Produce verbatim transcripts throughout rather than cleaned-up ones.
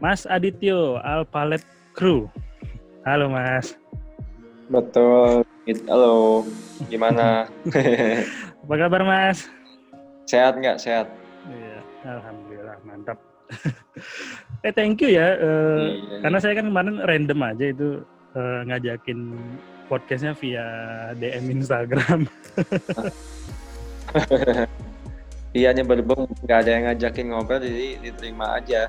Mas Adityo, Alphalet Crew. Halo Mas. Betul. Halo, gimana? Apa kabar Mas? Sehat nggak? Sehat. Iya, alhamdulillah mantap. eh thank you ya, uh, iya, karena iya. Saya kan kemarin random aja itu uh, ngajakin podcastnya via D M Instagram. Iya, nyebelin nggak ada yang ngajakin ngobrol, jadi diterima aja.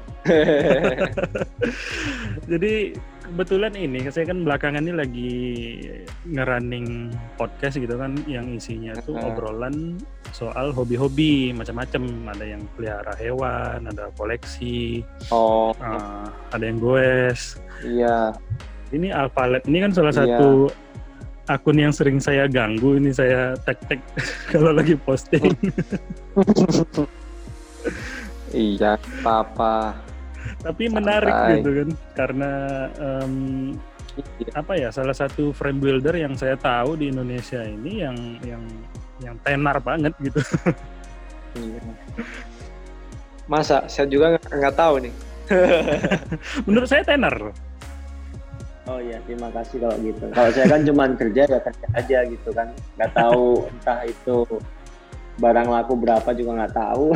Jadi kebetulan ini, saya kan belakangan ini lagi ngerunning podcast gitu kan, yang isinya tuh uh. obrolan soal hobi-hobi macam-macam. Ada yang pelihara hewan, ada koleksi, oh. uh, ada yang goes. Iya. Ini Alphalet ini kan salah iya. satu akun yang sering saya ganggu, ini saya tag-tag kalau lagi posting. Iya, apa-apa. Tapi menarik Santai. gitu kan, karena um, apa ya, salah satu frame builder yang saya tahu di Indonesia ini yang yang yang tenar banget gitu. Iya. Masa saya juga nggak tahu nih. Menurut saya tenar. Oh iya, terima kasih kalau gitu. Kalau saya kan cuma kerja ya kerja aja gitu kan, nggak tahu entah itu barang laku berapa juga nggak tahu.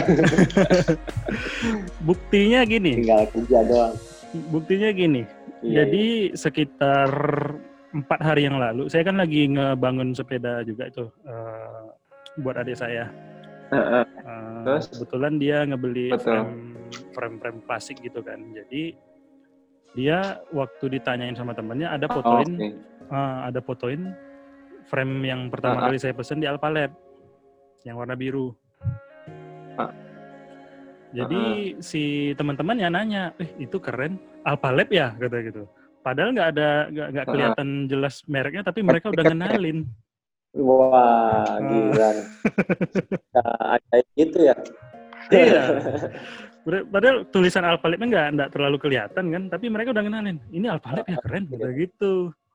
Buktinya gini. Tinggal kerja doang. Buktinya gini. Iya, Jadi iya. sekitar empat hari yang lalu, saya kan lagi ngebangun sepeda juga itu uh, buat adik saya. Uh, uh, kebetulan dia ngebeli frame, frame-frame plastik gitu kan. Jadi dia waktu ditanyain sama temannya ada fotoin, oh, okay. uh, ada fotoin frame yang pertama uh, kali saya pesen di Alphalet, yang warna biru. Uh, Jadi uh, si teman-temannya nanya, eh itu keren, Alphalet ya, kata gitu. Padahal nggak ada, nggak nggak kelihatan uh, jelas mereknya, tapi mereka udah ngenalin. Wah, gila. Nah, ada gitu ya? Iya. Padahal tulisan Alphaletnya nggak nggak terlalu kelihatan kan, tapi mereka udah ngenalin. Ini Alphalet ya keren, gitu gitu.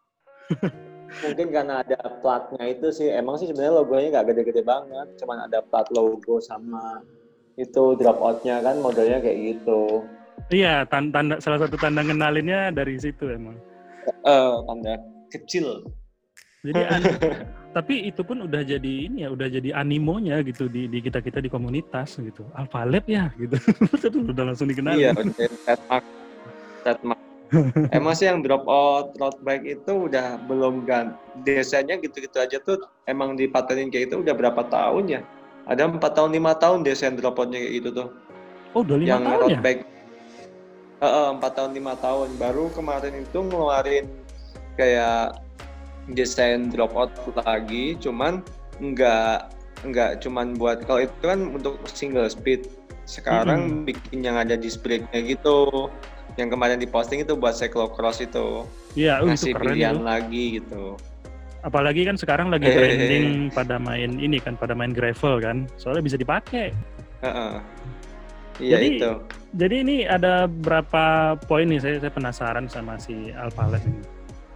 Mungkin karena ada platnya itu sih, emang sih sebenarnya logonya nggak gede-gede banget, cuman ada plat logo sama itu drop out-nya kan modelnya kayak gitu. Iya, tanda salah satu tanda ngenalinnya dari situ emang. Uh, tanda kecil. Jadi tapi itu pun udah jadi ini ya, udah jadi animonya gitu di, di kita kita di komunitas gitu. Alphalet ya gitu. Udah langsung dikenal. Iya, trademark. Trademark. Emang sih yang drop out road bike itu udah belum ganti. Desainnya gitu-gitu aja tuh emang dipatenin kayak itu udah berapa tahun ya? Ada empat tahun lima tahun desain drop outnya kayak gitu tuh. Oh, udah lima tahun road ya? Bike. Uh, empat tahun lima tahun. Baru kemarin itu ngeluarin kayak desain drop out lagi, cuman nggak nggak cuman buat, kalau itu kan untuk single speed. Sekarang mm-hmm. bikin yang ada disc brake-nya gitu. Yang kemarin diposting itu buat cyclocross itu. Iya, uh, ngasih itu keren pilihan itu. lagi gitu. Apalagi kan sekarang lagi trending pada main ini kan, pada main gravel kan. Soalnya bisa dipakai. Uh-uh. Iya jadi, itu. Jadi ini ada berapa poin nih, saya saya penasaran sama si Alphalet ini.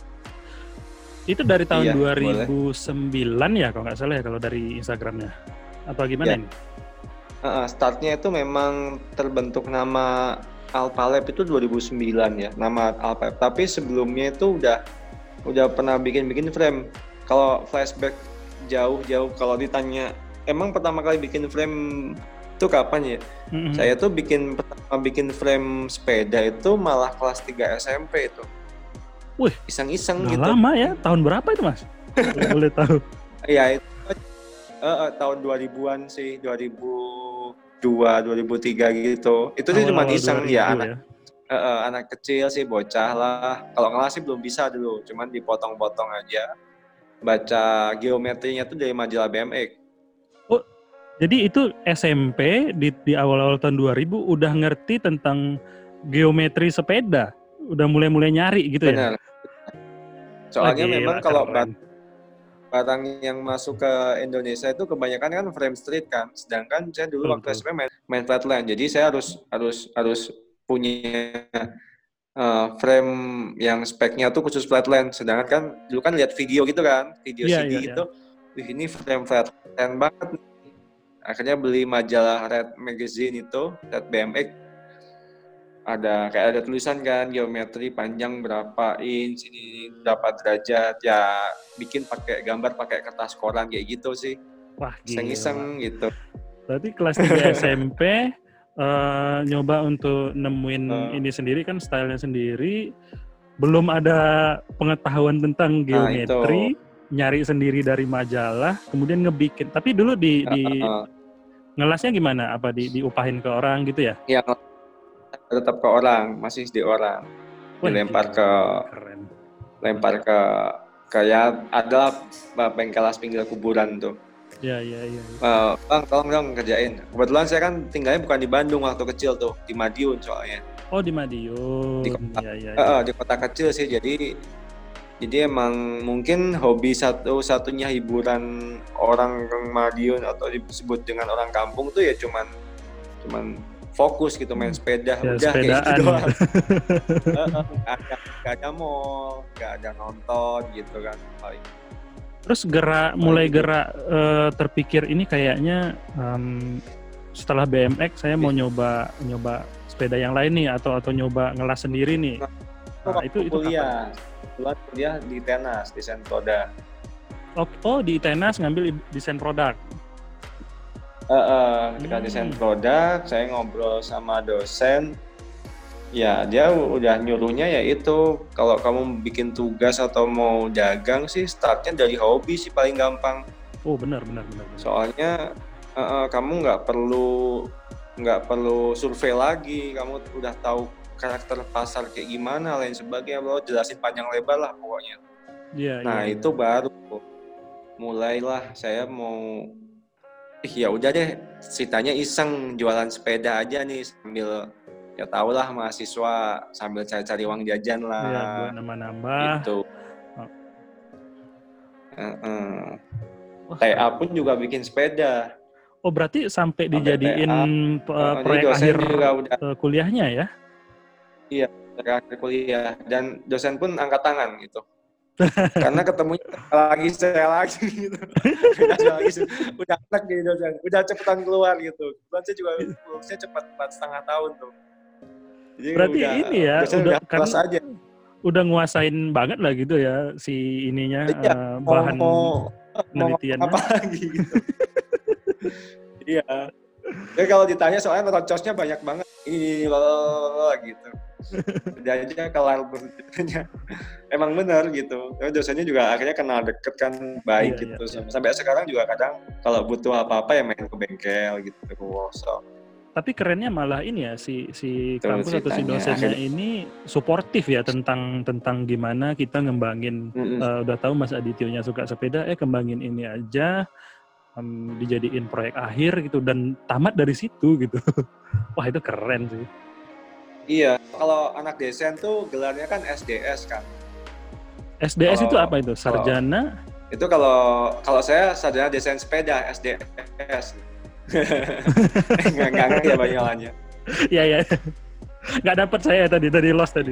Itu dari tahun iya, dua ribu sembilan boleh. Ya kalau nggak salah ya kalau dari Instagramnya. Apa gimana ya. ini? Uh, startnya itu memang terbentuk nama Alphalet itu dua ribu sembilan ya, nama Alphalet. Tapi sebelumnya itu udah udah pernah bikin-bikin frame. Kalau flashback jauh-jauh, kalau ditanya emang pertama kali bikin frame itu kapan ya? Mm-hmm. Saya tuh bikin pertama bikin frame sepeda itu malah kelas tiga S M P itu. Wih, iseng-iseng gitu. gitu. Lama ya? Tahun berapa itu, Mas? Boleh tahu. Iya, itu uh, uh, tahun dua ribuan sih, dua ribu dua, dua ribu tiga gitu. Itu sih cuma iseng ya, anak ya? Uh, uh, anak kecil sih, bocah lah. Kalau ngelas sih belum bisa dulu, cuman dipotong-potong aja. Baca geometrinya tuh dari majalah B M X. Oh, jadi itu S M P di, di awal-awal tahun dua ribu udah ngerti tentang geometri sepeda? Udah mulai-mulai nyari gitu. Bener. Ya? Soalnya oh, memang kalau barang, barang yang masuk ke Indonesia itu kebanyakan kan frame street kan, sedangkan saya dulu waktu S M P main, main flatland, jadi saya harus harus harus punya uh, frame yang speknya tuh khusus flatland. Sedangkan kan dulu kan lihat video gitu kan, video yeah, C D yeah, gitu, yeah. Wih ini frame flatland banget. Akhirnya beli majalah Red Magazine itu, Red B M X. ada kayak ada tulisan kan, geometri panjang berapa inch, ini berapa derajat, ya bikin pakai gambar pakai kertas koran kayak gitu sih. Wah, iseng-iseng gitu. Berarti kelas tiga S M P uh, nyoba untuk nemuin uh, ini sendiri kan, stylenya sendiri, belum ada pengetahuan tentang geometri, nah, nyari sendiri dari majalah, kemudian ngebikin. Tapi dulu di, uh, di uh, ngelasnya gimana? Apa di, diupahin ke orang gitu ya? Iya, tetap ke orang, masih di orang. Wah, dilempar ke keren. Lempar ke kayak ada pengkelas pinggir kuburan tuh. Ya, ya, ya. Uh, bang, tolong dong kerjain. Kebetulan saya kan tinggalnya bukan di Bandung waktu kecil tuh, di Madiun soalnya. Oh, di Madiun. Di kota, ya, ya, uh, ya. Di kota kecil sih, jadi jadi emang mungkin hobi satu-satunya hiburan orang Madiun atau disebut dengan orang kampung tuh ya cuman cuman fokus gitu main sepeda, ya, udah kayak gitu doang. uh, gak, ada, gak ada mall, gak ada nonton gitu kan paling. Terus gerak, mulai gerak uh, terpikir ini kayaknya um, setelah B M X saya mau nyoba nyoba sepeda yang lain nih, atau atau nyoba ngelas sendiri nih. Nah, itu itu kuliah, kebetulan kuliah di Tenas, desain produk. Oh, oh di Tenas ngambil desain produk. Uh, uh, ketika hmm. desain produk, saya ngobrol sama dosen. Ya, dia udah nyuruhnya ya itu, kalau kamu bikin tugas atau mau dagang sih startnya dari hobi sih paling gampang. Oh benar benar benar. benar. Soalnya uh, uh, kamu nggak perlu nggak perlu survei lagi, kamu udah tahu karakter pasar kayak gimana, lain sebagainya, lo jelasin panjang lebar lah pokoknya. Iya. Nah ya, itu ya. baru mulailah saya mau, ih ya udah deh, ceritanya iseng jualan sepeda aja nih sambil ya tau lah mahasiswa sambil cari-cari uang jajan lah. Iya, buat nambah-nambah. Gitu. Oh. Uh-uh. T A pun juga bikin sepeda. Oh berarti sampai, sampai dijadiin T A, uh, proyek dosen akhir juga udah. kuliahnya ya? Iya, proyek akhir kuliah. Dan dosen pun angkat tangan gitu. Karena ketemunya lagi saya lagi gitu. udah lagi udah enak nih dosen, udah cepetan keluar gitu. Kebetulan saya juga lulusnya cepat empat setengah tahun tuh. Jadi berarti udah, ini ya udah, udah kan aja. Udah nguasain banget lah gitu ya si ininya, ya, uh, bahan mau, penelitiannya. Mau apa lagi gitu. Iya. Jadi kalau ditanya soalnya rocosnya banyak banget. Ini loh gitu. Udah aja kelar berceritanya. Emang benar gitu. Dosennya juga akhirnya kenal deket kan, baik iya, gitu. Iya, iya. Sampai sekarang juga kadang kalau butuh apa-apa ya main ke bengkel gitu, ke workshop. Tapi kerennya malah ini ya, si si kampus atau si dosennya akhirnya ini suportif ya tentang tentang gimana kita ngembangin. Mm-hmm. Uh, udah tahu Mas Adityonya suka sepeda, eh kembangin ini aja, um, dijadiin proyek akhir gitu, dan tamat dari situ gitu. Wah itu keren sih. Iya, kalau anak desain tuh gelarnya kan S D S kan. S D S kalau, itu apa itu? Sarjana? Kalau, itu kalau kalau saya sarjana desain sepeda, S D S. nggak nggak ngerti ya banyaknya. Iya ya, nggak dapat saya tadi tadi lost tadi.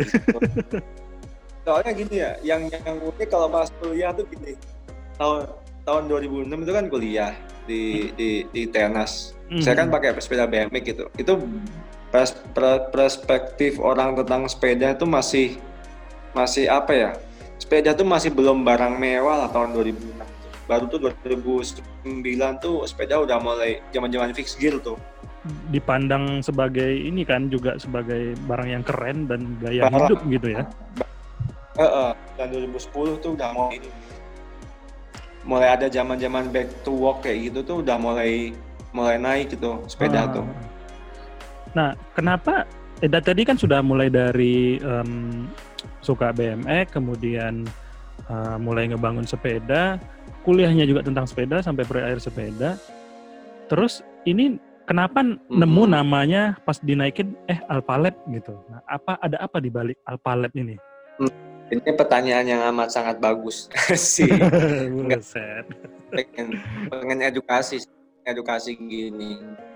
Soalnya gini ya, yang yang unik kalau pas kuliah tuh gini, tahun tahun dua ribu enam itu kan kuliah di di di Tenas. Mm-hmm. Saya kan pakai sepeda B M X gitu. Itu pers, perspektif orang tentang sepeda itu masih masih apa ya? Sepeda tuh masih belum barang mewah lah tahun dua ribu enam. Baru tuh dua ribu sembilan tuh sepeda udah mulai zaman-zaman fixed gear tuh. Dipandang sebagai ini kan juga sebagai barang yang keren dan gaya barang. Hidup gitu ya. Heeh, uh, uh, dan dua ribu sepuluh tuh udah mulai mulai ada zaman-zaman back to work kayak gitu tuh udah mulai mulai naik gitu sepeda ah. tuh. Nah, kenapa eh, tadi kan sudah mulai dari um, suka B M X, kemudian uh, mulai ngebangun sepeda, kuliahnya juga tentang sepeda sampai proyek akhir sepeda. Terus ini kenapa mm-hmm. nemu namanya pas dinaikin eh Alpalab gitu. Nah, apa ada apa di balik Alpalab ini? Ini pertanyaan yang amat sangat bagus sih. Buset. pengen pengen edukasi edukasi gini.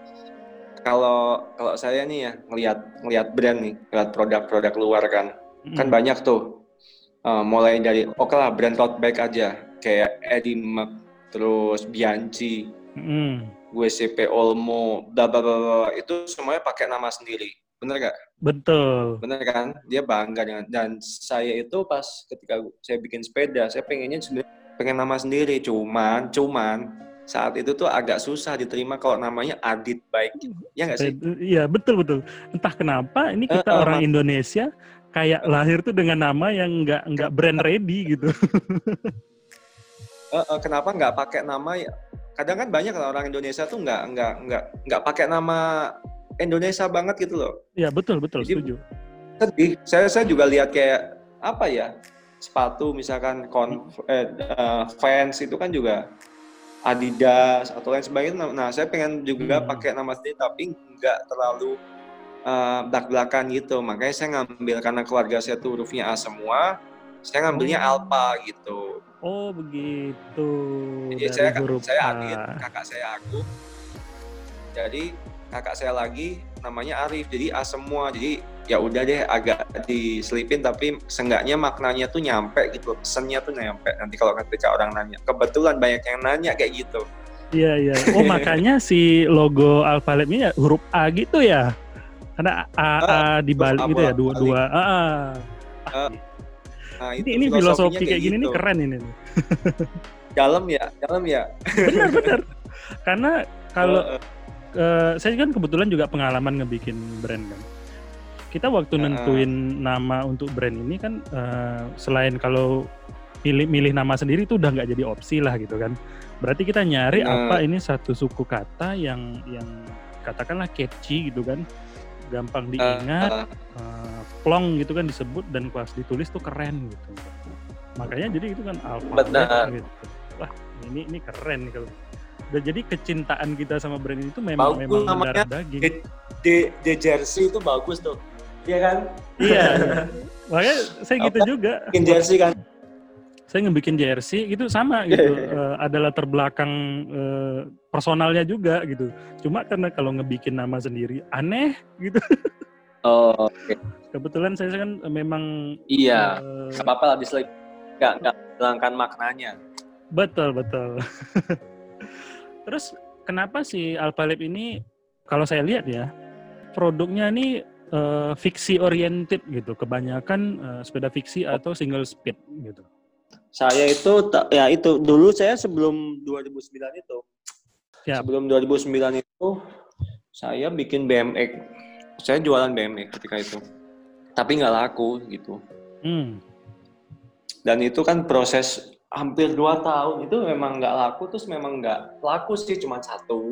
Kalau kalau saya nih ya ngelihat ngelihat brand nih, ngelihat produk-produk luar kan. Mm. Kan banyak tuh. Uh, mulai dari oke lah brand tote bag aja kayak Eddie Mac, terus Bianchi, mm. W C P Olmo, bla bla bla, itu semuanya pakai nama sendiri. bener gak? Betul. Bener kan? Dia bangga dengan, dan saya itu pas ketika saya bikin sepeda, saya pengennya sebenarnya pengen nama sendiri, cuman, cuman saat itu tuh agak susah diterima kalau namanya Adit Bike, ya nggak sih? Iya betul betul. Entah kenapa ini kita uh, uh, orang mas- Indonesia kayak lahir tuh dengan nama yang nggak nggak brand ready gitu. uh, uh, kenapa nggak pakai nama? Kadang kan banyak orang Indonesia tuh nggak nggak nggak nggak pakai nama Indonesia banget gitu loh. Iya betul betul. Jadi, setuju. Sedih. Saya saya juga lihat kayak apa ya, sepatu misalkan kon eh, uh, Vans itu kan juga Adidas atau lain sebagainya. Nah, saya pengen juga hmm. pakai nama sendiri tapi nggak terlalu uh, belak-belakan gitu. Makanya saya ngambil karena keluarga saya tuh hurufnya A semua, saya ngambilnya oh. Alpa gitu. Oh begitu. Jadi dari saya huruf saya A. Adit, kakak saya Agung. Jadi kakak saya lagi namanya Arif. Jadi A semua. Jadi ya udah deh agak diselipin tapi seenggaknya maknanya tuh nyampe gitu, pesannya tuh nyampe. Nanti kalau ketika orang nanya, kebetulan banyak yang nanya kayak gitu. Iya iya. Oh makanya si logo Alphalab ini ya huruf A gitu ya? Karena A, A, A di balik gitu ya, dua dua. Ah, ah. Uh, nah, ini ini filosofi kayak gini gitu. Nih keren ini. Dalam ya, dalam ya. Benar benar. Karena kalau uh, uh, saya kan kebetulan juga pengalaman ngebikin brand kan. Kita waktu uh, nentuin nama untuk brand ini kan uh, selain kalau pilih milih nama sendiri itu udah nggak jadi opsi lah gitu kan. Berarti kita nyari uh, apa ini satu suku kata yang yang katakanlah catchy gitu kan, gampang diingat, uh, uh. Uh, plong gitu kan disebut dan pas ditulis tuh keren gitu. Makanya jadi itu kan Alphalab gitu. Wah ini ini keren kalau. Dan jadi kecintaan kita sama brand ini tuh memang bagus, memang namanya darah daging. The, the, the Jersey itu bagus tuh. Iya kan? Iya. Makanya saya gitu apa? Juga. Bikin jersey kan. Saya ngebikin jersey gitu sama gitu. uh, ada latar belakang uh, personalnya juga gitu. Cuma karena kalau ngebikin nama sendiri aneh gitu. Oh, oke. Okay. Kebetulan saya kan memang iya. Uh, gak apa-apa lah diselip. Gak gak hilangkan maknanya. Betul, betul. Terus kenapa sih Alphalab ini kalau saya lihat ya produknya ini uh, fiksi oriented gitu, kebanyakan uh, sepeda fiksi atau single speed gitu. Saya itu ya itu dulu saya sebelum dua ribu sembilan itu. Siap. Sebelum dua ribu sembilan itu saya bikin B M X. Saya jualan B M X ketika itu. Tapi nggak laku gitu. Hmm. Dan itu kan proses hampir dua tahun itu memang nggak laku, terus memang nggak laku sih, cuma satu,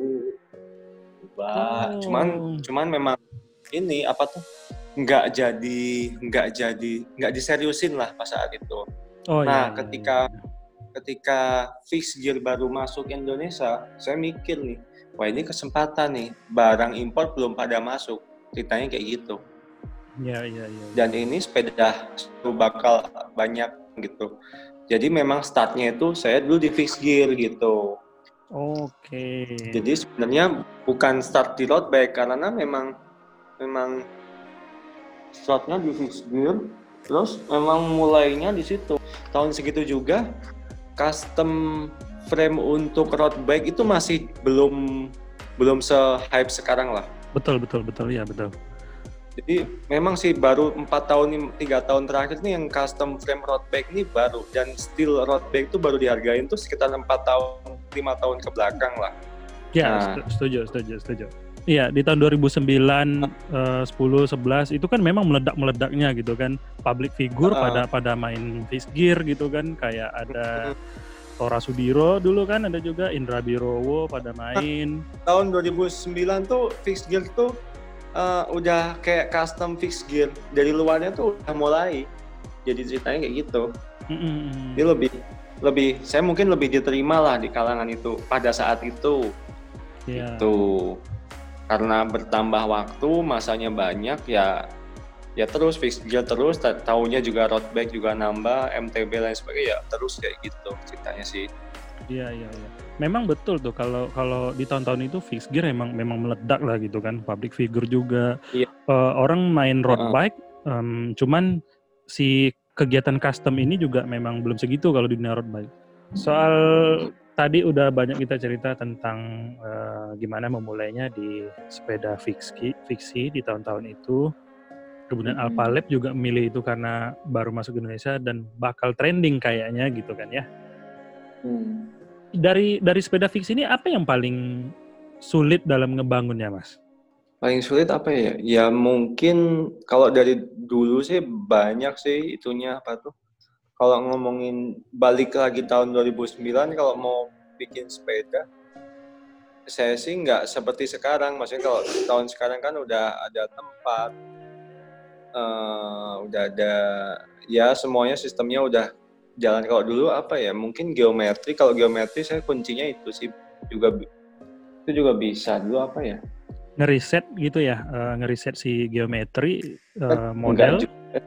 dua, oh. cuman cuman memang ini apa tuh nggak jadi nggak jadi nggak diseriusin lah pas saat itu. Oh, nah iya, ketika iya. ketika fixed gear baru masuk Indonesia, saya mikir nih, wah ini kesempatan nih, barang impor belum pada masuk, ceritanya kayak gitu. Iya iya iya. Dan ini sepeda bakal banyak gitu. Jadi memang startnya itu saya dulu di fixed gear gitu. Oke. Okay. Jadi sebenarnya bukan start di road bike karena memang memang startnya di fixed gear. Terus memang mulainya di situ. Tahun segitu juga custom frame untuk road bike itu masih belum belum se-hype sekarang lah. Betul betul betul ya betul. Jadi memang sih baru empat tahun, tiga tahun terakhir nih yang custom frame road bike ini baru, dan steel road bike itu baru dihargain tuh sekitar empat tahun, lima tahun ke belakang lah. Ya, nah. setuju, setuju, setuju. Iya, di tahun dua ribu sembilan, uh, sepuluh, sebelas itu kan memang meledak-meledaknya gitu kan. Public figure uh. pada pada main fixed gear gitu kan, kayak ada Tora Sudiro dulu kan, ada juga Indra Birowo pada main. Tahun dua ribu sembilan tuh fixed gear tuh Uh, udah kayak custom fixed gear, dari luarnya tuh udah mulai jadi ceritanya kayak gitu. Mm-hmm. Jadi lebih lebih saya mungkin lebih diterima lah di kalangan itu pada saat itu. Yeah. Itu karena bertambah waktu, masanya banyak ya ya terus fixed gear terus, tahunya juga road bike juga nambah, M T B lain sebagainya, ya terus kayak gitu ceritanya sih. Iya iya iya. Memang betul tuh kalau kalau di tahun-tahun itu fixed gear memang memang meledak lah gitu kan, public figure juga. Iya. Uh, orang main road uh. bike, um, cuman si kegiatan custom ini juga memang belum segitu kalau di dunia road bike. Soal tadi udah banyak kita cerita tentang uh, gimana memulainya di sepeda fiksi, fiksi di tahun-tahun itu. Kemudian hmm. Alphalab juga milih itu karena baru masuk Indonesia dan bakal trending kayaknya gitu kan ya. Hmm. Dari dari sepeda fiksi ini apa yang paling sulit dalam ngebangunnya, Mas? Paling sulit apa ya? Ya mungkin kalau dari dulu sih banyak sih itunya apa tuh. Kalau ngomongin balik lagi tahun dua ribu sembilan kalau mau bikin sepeda, saya sih nggak seperti sekarang. Maksudnya kalau tahun sekarang kan udah ada tempat, uh, udah ada ya semuanya sistemnya udah jalan. Kalau dulu apa ya? Mungkin geometri. Kalau geometri saya kuncinya itu sih juga itu juga bisa dulu apa ya? Ngeriset gitu ya, uh, ngeriset si geometri uh, model.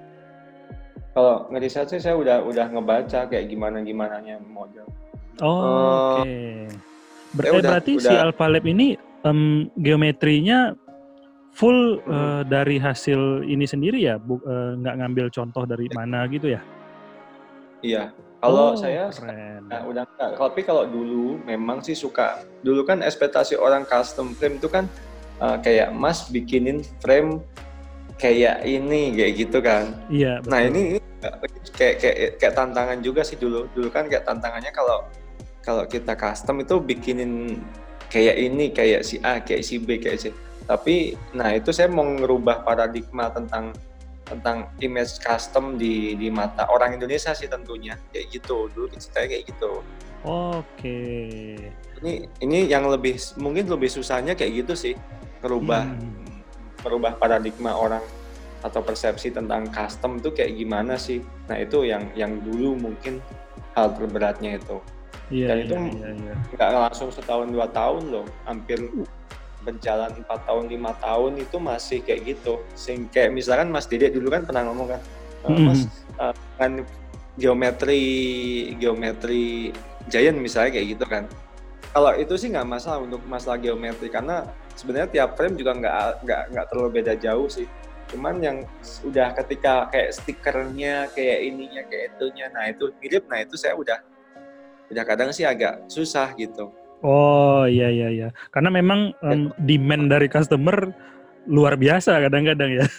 Kalau ngeriset sih saya udah udah ngebaca kayak gimana gimananya model. Oh, uh, oke. Okay. Ber- ya eh, udah, berarti udah. Si Alphalab ini um, geometrinya full hmm. uh, dari hasil ini sendiri ya, Bu, uh, nggak ngambil contoh dari mana gitu ya? Iya. Kalau oh, saya nah, udah enggak. Tapi kalau dulu memang sih suka. Dulu kan ekspektasi orang custom frame itu kan Uh, kayak Mas bikinin frame kayak ini kayak gitu kan. Iya, betul. Nah, ini, ini kayak kayak kayak tantangan juga sih dulu. Dulu kan kayak tantangannya kalau kalau kita custom itu bikinin kayak ini, kayak si A, kayak si B, kayak si. Tapi nah itu saya mau ngerubah paradigma tentang tentang image custom di di mata orang Indonesia sih tentunya. Kayak gitu. Dulu ceritanya kayak gitu. Oke. Ini ini yang lebih mungkin lebih susahnya kayak gitu sih. merubah hmm. merubah paradigma orang atau persepsi tentang custom itu kayak gimana sih. Nah, itu yang yang dulu mungkin hal terberatnya itu. Yeah, Dan yeah, itu yeah, yeah. nggak langsung setahun dua tahun loh, hampir berjalan empat tahun lima tahun itu masih kayak gitu. Sehingga kayak misalkan Mas Dede dulu kan pernah ngomong kan, mm-hmm. Mas uh, kan geometri geometri Giant misalnya kayak gitu kan. Kalau itu sih nggak masalah untuk masalah geometri karena sebenarnya tiap frame juga nggak nggak nggak terlalu beda jauh sih. Cuman yang udah ketika kayak stikernya, kayak ininya, kayak itunya, nah itu mirip, nah itu saya udah udah kadang sih agak susah gitu. Oh iya iya iya, karena memang um, demand dari customer luar biasa kadang-kadang ya.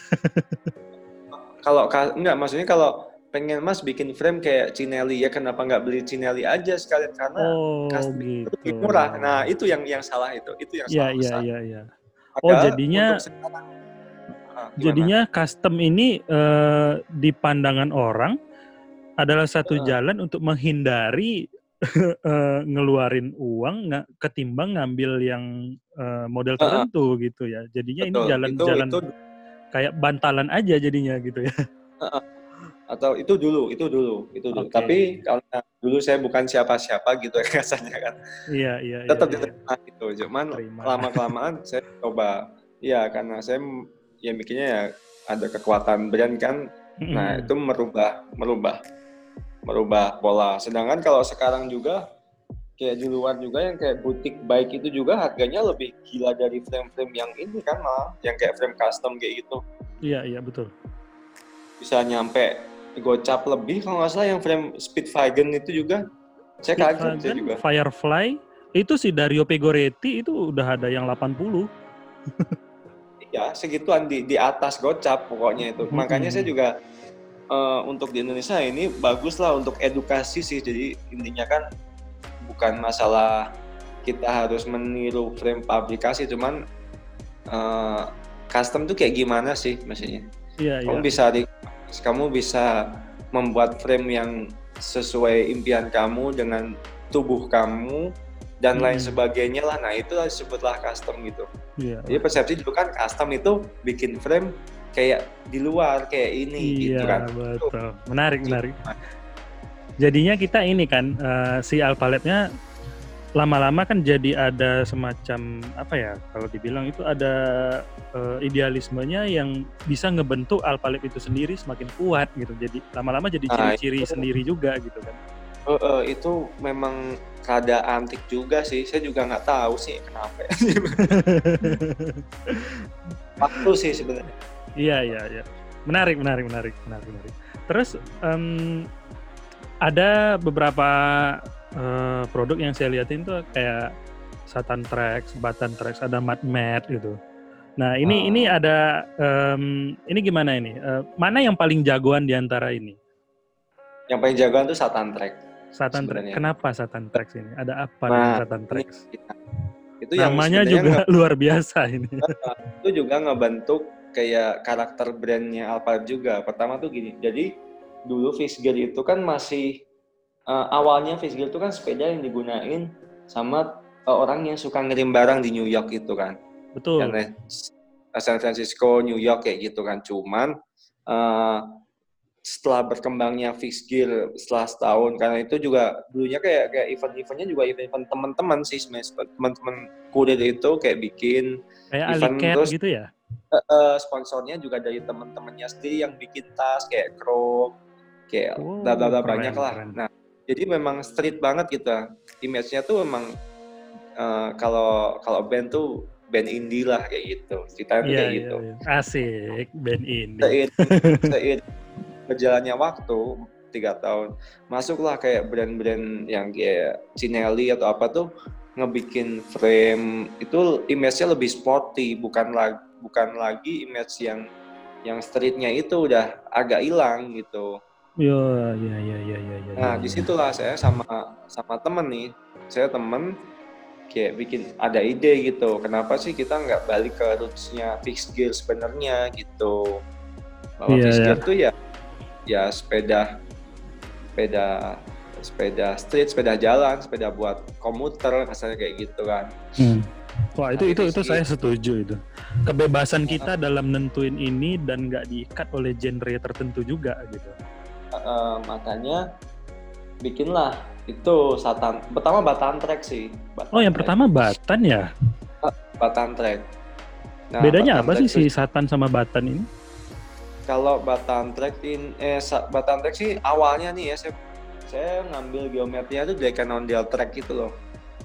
Kalau enggak maksudnya kalau pengen Mas bikin frame kayak Cinelli ya kenapa nggak beli Cinelli aja sekalian karena oh, custom gitu. itu lebih murah. Nah itu yang yang salah itu itu yang salah ya, besar. Iya iya iya. Oh jadinya sekarang, uh, jadinya custom ini uh, di pandangan orang adalah satu uh. jalan untuk menghindari uh, ngeluarin uang nggak ketimbang ngambil yang uh, model tertentu uh, gitu ya. Jadinya betul, ini jalan-jalan itu, itu, kayak bantalan aja jadinya gitu ya. Uh, uh. Atau itu dulu, itu dulu, itu dulu. Okay. Tapi karena dulu saya bukan siapa-siapa gitu ya rasanya kan. Iya, iya, tetap iya. diterima iya. Gitu. Cuman lama-kelamaan saya coba, ya karena saya ya mikirnya ya ada kekuatan brand kan. Mm-hmm. Nah itu merubah, merubah, merubah pola. Sedangkan kalau sekarang juga kayak di luar juga yang kayak butik baik itu juga harganya lebih gila dari frame-frame yang ini kan malah, yang kayak frame custom kayak gitu. Iya, iya betul. Bisa nyampe gocap lebih kalau nggak salah yang frame Speedwagon itu juga saya kaget saya juga. Firefly itu si Dario Pegoretti itu udah ada yang delapan puluh. Iya segituan di di atas gocap pokoknya itu. Mm-hmm. Makanya saya juga uh, untuk di Indonesia ini bagus lah untuk edukasi sih. Jadi intinya kan bukan masalah kita harus meniru frame pabrikasi, cuman uh, custom tuh kayak gimana sih maksudnya. Iya, kamu iya. bisa di, kamu bisa membuat frame yang sesuai impian kamu dengan tubuh kamu dan hmm. lain sebagainya lah. Nah itu disebutlah custom gitu. Iya. Jadi persepsi dulu kan custom itu bikin frame kayak di luar kayak ini iya, gitu kan. Betul. Menarik menarik. Jadinya kita ini kan uh, si Alphalab-nya lama-lama kan jadi ada semacam apa ya kalau dibilang itu ada uh, idealismenya yang bisa ngebentuk Alphalab itu sendiri semakin kuat gitu. Jadi lama-lama jadi ciri-ciri nah, sendiri juga gitu kan. Uh, uh, itu memang rada antik juga sih. Saya juga nggak tahu sih kenapa. Ya. Waktu sih sebenarnya. Iya iya iya. Menarik menarik menarik menarik menarik. Terus um, ada beberapa uh, produk yang saya liatin tuh kayak Satan Trax, Batan Trax, ada Mad Mat gitu. Nah ini oh. ini ada um, ini gimana ini? Uh, mana yang paling jagoan di antara ini? Yang paling jagoan tuh Satan Trax. Satan Trax. Kenapa Satan Trax ini? Ada apa nah, dengan Satan Trax? Itu namanya juga nge- luar biasa ini. Itu juga ngebentuk kayak karakter brandnya Alphalab juga. Pertama tuh gini, jadi dulu Fixgear itu kan masih uh, awalnya Fixgear itu kan sepeda yang digunain sama uh, orang yang suka ngirim barang di New York itu kan. Betul. Dan San Francisco, New York kayak gitu kan. Cuman uh, setelah berkembangnya Fixgear setelah setahun, karena itu juga dulunya kayak kayak event-eventnya juga event-event teman-teman sih sebenarnya, teman-teman kurir itu kayak bikin kayak event Alicat terus gitu ya. Uh, uh, sponsornya juga dari teman-temannya sendiri yang bikin tas kayak Chrome, kayak oh, bla bla bla banyak lah. Keren. Nah, jadi memang street banget gitu. Image-nya tuh memang uh, kalau kalau band tuh band indie lah kayak gitu. Ceritanya tuh yeah, kayak yeah, gitu. Yeah. Asik, band indie. Seiring, seiring berjalannya waktu tiga tahun, masuklah kayak brand-brand yang kayak Cinelli atau apa tuh ngebikin frame itu image-nya lebih sporty, bukan lagi bukan lagi image yang yang streetnya itu udah agak hilang gitu. Iya, iya, iya, iya, iya. Nah, ya, disitulah ya. saya sama sama temen nih, saya temen kayak bikin ada ide gitu. Kenapa sih kita nggak balik ke roots-nya Fixgear sebenarnya gitu? Bahwa yeah, Fixgear yeah. tuh ya ya sepeda sepeda sepeda street, sepeda jalan, sepeda buat komuter, kasarnya kayak gitu kan. Hmm. Wah itu itu itu saya setuju itu. Kebebasan kita dalam nentuin ini dan nggak diikat oleh genre tertentu juga gitu. Uh, makanya bikinlah itu Satan. Pertama Batan Trax sih. Batan oh yang Trax. pertama Batan ya? Uh, Batan Trax. Nah, bedanya Batan apa sih si Satan sama Batan ini? Kalau Batan Trax in eh Batan Trax sih awalnya nih ya saya saya ngambil geometrinya tuh dari Cannondale Track gitu loh.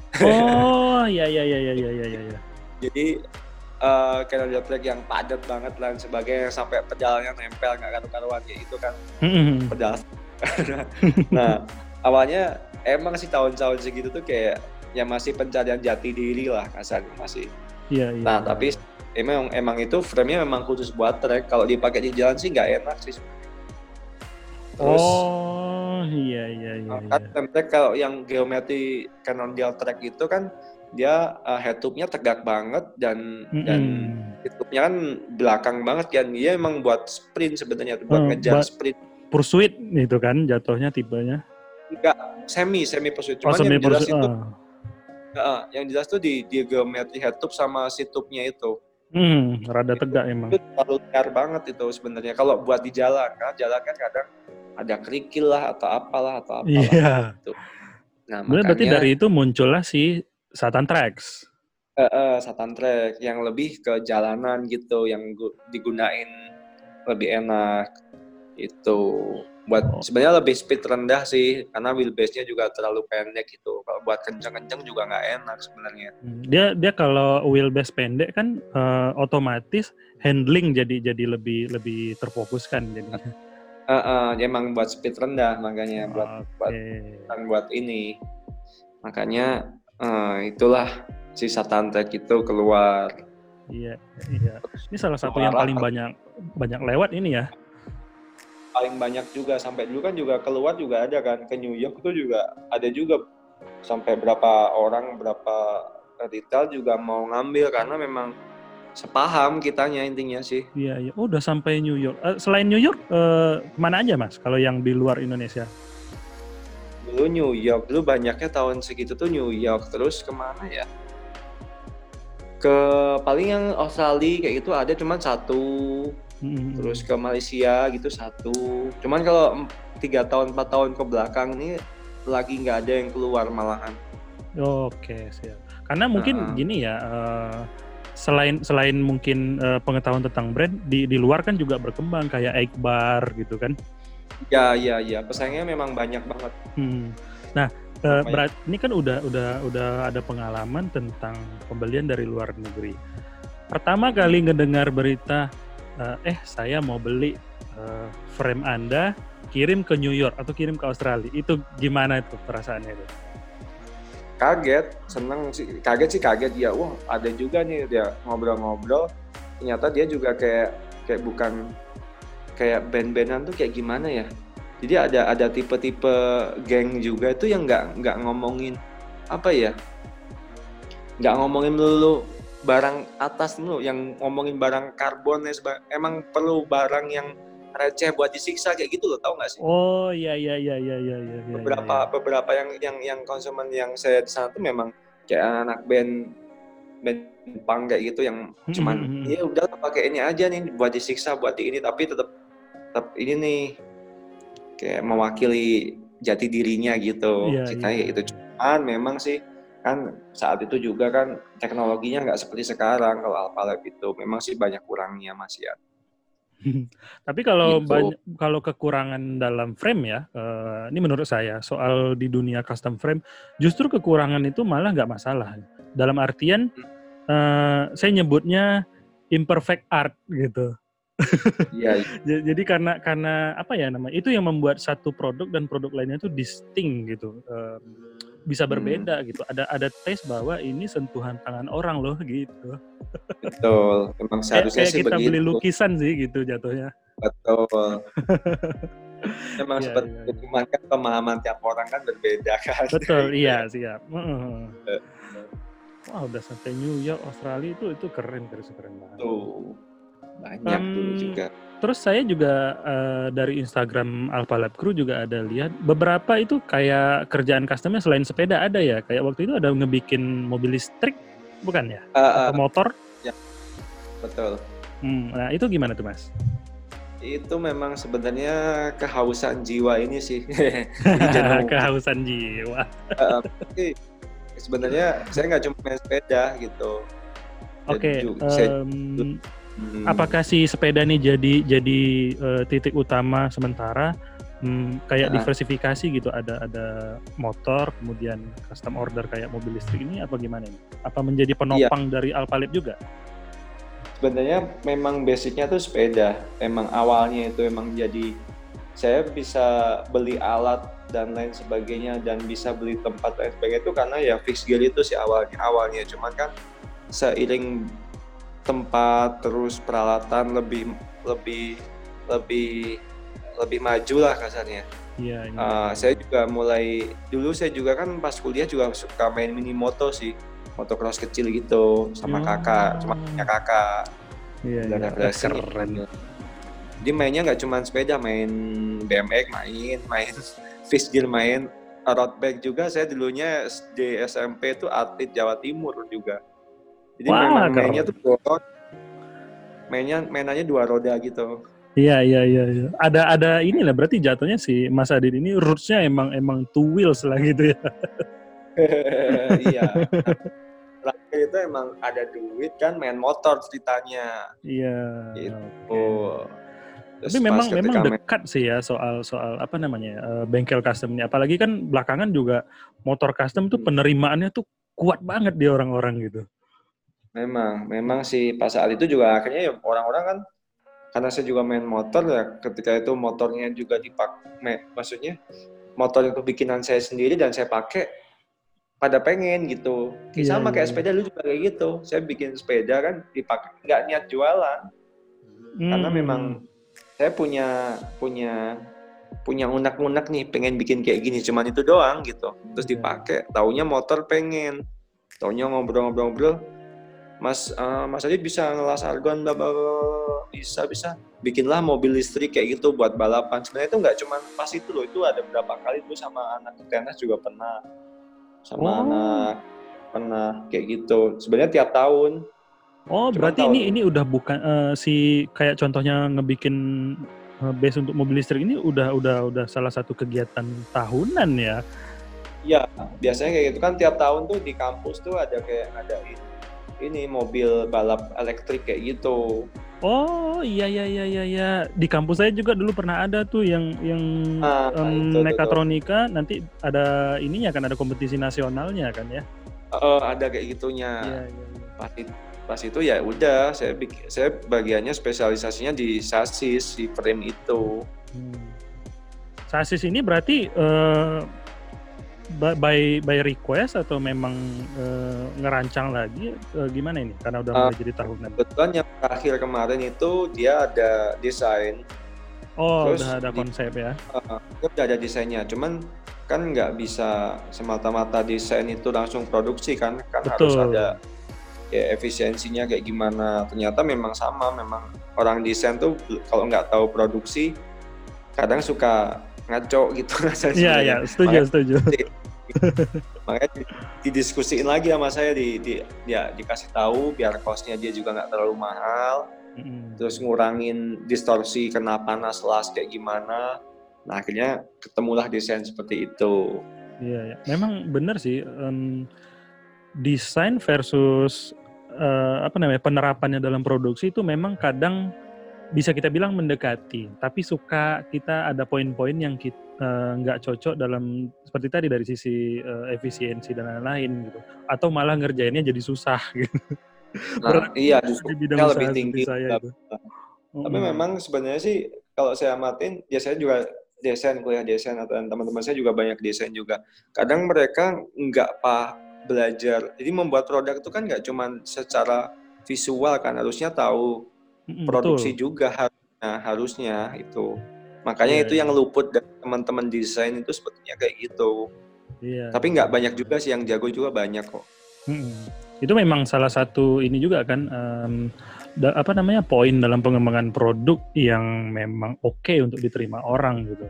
Oh, iya iya iya iya iya iya ya. Jadi uh, Cannondale Track yang padat banget lah sebagainya sampai pedalnya nempel nggak karu-karuan kayak itu kan. Mm-hmm. Pedal. Nah, awalnya emang sih tahun-tahun segitu tuh kayak ya masih pencarian jati diri lah kasarnya masih. Iya iya. Nah, iya. tapi emang emang itu frame-nya memang khusus buat track. Kalau dipakai di jalan sih nggak enak sih. Terus, oh iya iya iya. Kan iya. Kalau yang geometri Cannondale Track itu kan dia uh, head tube-nya tegak banget dan mm-hmm. dan head tube-nya kan belakang banget kan. Dia emang buat sprint sebenarnya buat uh, ngejar but, sprint. Pursuit itu kan jatuhnya tipenya. Enggak, semi semi pursuit. Cuman oh, yang jelas pursuit. itu Oh. Uh, yang jelas tuh di di geometri head tube sama seat tube-nya itu. Hmm, rada tegak itu, emang. Itu terlalu liar banget itu sebenarnya. Kalau buat di jalan kan, jalan kan kadang ada kerikil lah atau apalah atau apalah yeah. gitu. Nah, makanya berarti dari itu muncullah si Satan Trax. Uh, uh, Satan Trax yang lebih ke jalanan gitu, yang gu- digunain lebih enak. Itu buat oh. sebenarnya lebih speed rendah sih, karena wheelbase-nya juga terlalu pendek gitu. Kalau buat kenceng-kenceng juga nggak enak sebenarnya. Dia dia kalau wheelbase pendek kan uh, otomatis handling jadi jadi lebih lebih terfokuskan jadinya. Uh, uh, emang buat speed rendah makanya buat okay. buat buat ini makanya uh, itulah si Satan Trax itu keluar. Iya iya. Ini salah satu yang paling banyak banyak lewat ini ya. Paling banyak juga sampai dulu kan juga keluar juga ada kan ke New York itu juga ada juga sampai berapa orang berapa retail juga mau ngambil karena memang sepaham kitanya intinya sih. Iya, iya. Oh, udah sampai New York. Uh, selain New York, uh, kemana aja Mas? Kalau yang di luar Indonesia? Dulu New York, dulu banyaknya tahun segitu tuh New York. Terus kemana ya? Ke paling yang Australia kayak gitu ada cuman satu. Hmm. Terus ke Malaysia gitu satu. Cuman kalau tiga tahun, empat tahun ke belakang ini lagi nggak ada yang keluar malahan. Oke, siap. Karena mungkin uh-huh. gini ya, uh, Selain selain mungkin uh, pengetahuan tentang brand di di luar kan juga berkembang kayak Eikbar gitu kan? Ya ya ya pesaingnya memang banyak banget. Hmm. Nah uh, berat, ini kan udah udah udah ada pengalaman tentang pembelian dari luar negeri. Pertama kali ngedengar berita, uh, eh saya mau beli uh, frame Anda kirim ke New York atau kirim ke Australia, itu gimana itu perasaannya itu? kaget, seneng sih, kaget sih kaget ya, wah ada juga nih dia ngobrol-ngobrol, ternyata dia juga kayak kayak bukan kayak band-bandan tuh kayak gimana ya, jadi ada ada tipe-tipe geng juga itu yang nggak nggak ngomongin apa ya, nggak ngomongin melulu barang atas dulu, yang ngomongin barang karbon ya, emang perlu barang yang receh buat disiksa kayak gitu loh, tau nggak sih? Oh iya iya iya iya iya iya. Beberapa iya, iya. beberapa yang yang yang konsumen yang saya di sana tuh memang kayak anak band band punk kayak gitu yang cuman ya udah pakai ini aja nih buat disiksa buat di ini, tapi tetap tetap ini nih kayak mewakili jati dirinya gitu. Yeah, kita yeah. Itu cuman memang sih kan saat itu juga kan teknologinya nggak seperti sekarang. Kalau Alphalab itu memang sih banyak kurangnya masih ya. Tapi kalau gitu. banyak, kalau kekurangan dalam frame ya, uh, ini menurut saya soal di dunia custom frame, justru kekurangan itu malah nggak masalah. Dalam artian uh, saya nyebutnya imperfect art gitu. Iya. Jadi karena karena apa ya namanya, itu yang membuat satu produk dan produk lainnya itu distinct gitu, uh, bisa berbeda hmm. gitu. Ada ada taste bahwa ini sentuhan tangan orang loh gitu. Betul, memang seharusnya kayak sih kita begitu. Beli lukisan sih gitu jatuhnya. Betul. Memang yeah, seperti itu, yeah, yeah. Kan pemahaman tiap orang kan berbeda kan. Betul, iya siap. Uh. Wah udah sampai New York, Australia itu itu keren keren keren banget. Tuh banyak um, dulu juga. Terus saya juga uh, dari Instagram Alphalab Crew juga ada lihat beberapa itu kayak kerjaan customnya selain sepeda ada ya, kayak waktu itu ada ngebikin mobil listrik bukan ya, uh, atau uh, motor? Ya, betul. Hmm, nah itu gimana tuh Mas? Itu memang sebenarnya kehausan jiwa ini sih. Kehausan jiwa. Uh, sebenarnya saya nggak cuma main sepeda gitu. Oke. Okay, um, hmm. Apakah si sepeda nih jadi jadi uh, titik utama sementara? Hmm, kayak uh. diversifikasi gitu, ada ada motor, kemudian custom order kayak mobil listrik ini apa gimana ini? Apa menjadi penopang yeah. dari Alphalab juga? Sebenarnya memang basicnya tuh sepeda. Emang awalnya itu emang jadi saya bisa beli alat dan lain sebagainya dan bisa beli tempat lain sebagainya itu karena ya fixed gear itu sih awalnya awalnya cuman kan seiring tempat terus peralatan lebih lebih lebih lebih maju lah kasarnya. Iya. iya. Uh, saya juga mulai dulu saya juga kan pas kuliah juga suka main mini moto sih. Motocross kecil gitu sama oh. kakak, cuma punya kakak. Iya, iya. Keren. Dia mainnya nggak cuma sepeda, main B M X, main, main fixed gear, main road bike juga. Saya dulunya di S M P itu atlet Jawa Timur juga. Jadi Wah, memang keren. Mainnya tuh dua, mainnya mainannya dua roda gitu. Iya iya iya. iya. Ada ada inilah berarti jatuhnya si Mas Adit ini roots-nya emang emang two wheels lah gitu ya. Iya. Terakhir itu emang ada duit kan main motor ceritanya. Iya. Gitu. Okay. Tapi memang memang dekat main... sih ya soal soal apa namanya uh, bengkel custom ini. Apalagi kan belakangan juga motor custom tuh penerimaannya tuh kuat banget di orang-orang gitu. Memang, memang sih pas saat itu juga akhirnya ya orang-orang kan karena saya juga main motor ya ketika itu motornya juga dipakai, maksudnya motor itu bikinan saya sendiri dan saya pakai. Pada pengen gitu, yeah, sama kayak yeah. sepeda dulu juga kayak gitu. Saya bikin sepeda kan dipakai, nggak niat jualan, hmm. karena memang saya punya punya punya unek-unek nih, pengen bikin kayak gini, cuman itu doang gitu. Terus dipakai, taunya motor pengen, taunya ngobrol-ngobrol-ngobrol, Mas uh, Mas Adit bisa ngelas argon, bisa bisa, bikinlah mobil listrik kayak gitu buat balapan. Sebenarnya itu nggak cuman pas itu loh, itu ada berapa kali tuh sama anak tenis juga pernah. Sama oh. anak pernah kayak gitu. Sebenarnya tiap tahun. Oh, Cuma berarti tahun. ini ini udah bukan uh, si kayak contohnya ngebikin uh, base untuk mobil listrik ini udah udah udah salah satu kegiatan tahunan ya. Iya, biasanya kayak gitu kan tiap tahun tuh di kampus tuh ada kayak ada ini, ini mobil balap elektrik kayak gitu. Oh iya iya iya iya iya, di kampus saya juga dulu pernah ada tuh yang yang ah, um, itu, mekatronika itu. Nanti ada ininya kan, ada kompetisi nasionalnya kan ya? Uh, ada kayak gitunya. Iya, iya, iya. Pas, pas itu ya udah saya bikin, saya bagiannya spesialisasinya di sasis, di frame itu. Hmm. Sasis ini berarti uh, by by request atau memang uh, ngerancang lagi uh, gimana ini? Karena udah mulai uh, jadi tahunan. Kebetulan yang terakhir kemarin itu dia ada desain. Oh, terus udah ada konsep di, ya? Uh, udah ada desainnya, cuman kan nggak bisa semata-mata desain itu langsung produksi kan, kan Betul. harus ada ya efisiensinya kayak gimana. Ternyata memang sama, memang orang desain tuh kalau nggak tahu produksi kadang suka ngaco gitu rasanya. Iya, iya, setuju, makanya, setuju. Di, makanya didiskusiin lagi sama saya, di, di, ya, dikasih tahu biar costnya dia juga nggak terlalu mahal. Mm-hmm. Terus ngurangin distorsi kena panas las kayak gimana. Nah akhirnya ketemulah desain seperti itu. Iya, ya. Memang benar sih um, desain versus uh, apa namanya penerapannya dalam produksi itu memang kadang bisa kita bilang mendekati, tapi suka kita ada poin-poin yang kita nggak uh, cocok dalam seperti tadi dari sisi uh, efisiensi dan lain-lain gitu, atau malah ngerjainnya jadi susah gitu. Nah, iya justru lebih tinggi. Saya itu. Tapi hmm. memang sebenarnya sih kalau saya amatin, ya saya juga desain, kuliah desain, atau teman-teman saya juga banyak desain juga. Kadang mereka nggak pah belajar. Jadi membuat produk itu kan nggak cuma secara visual kan, harusnya tahu hmm, produksi betul. juga harusnya, harusnya itu. Makanya yeah, itu yang luput dari teman-teman desain itu sepertinya kayak gitu. Yeah. Tapi nggak banyak juga sih, yang jago juga banyak kok. Hmm. Itu memang salah satu ini juga kan um, da, apa namanya poin dalam pengembangan produk yang memang oke okay untuk diterima orang gitu.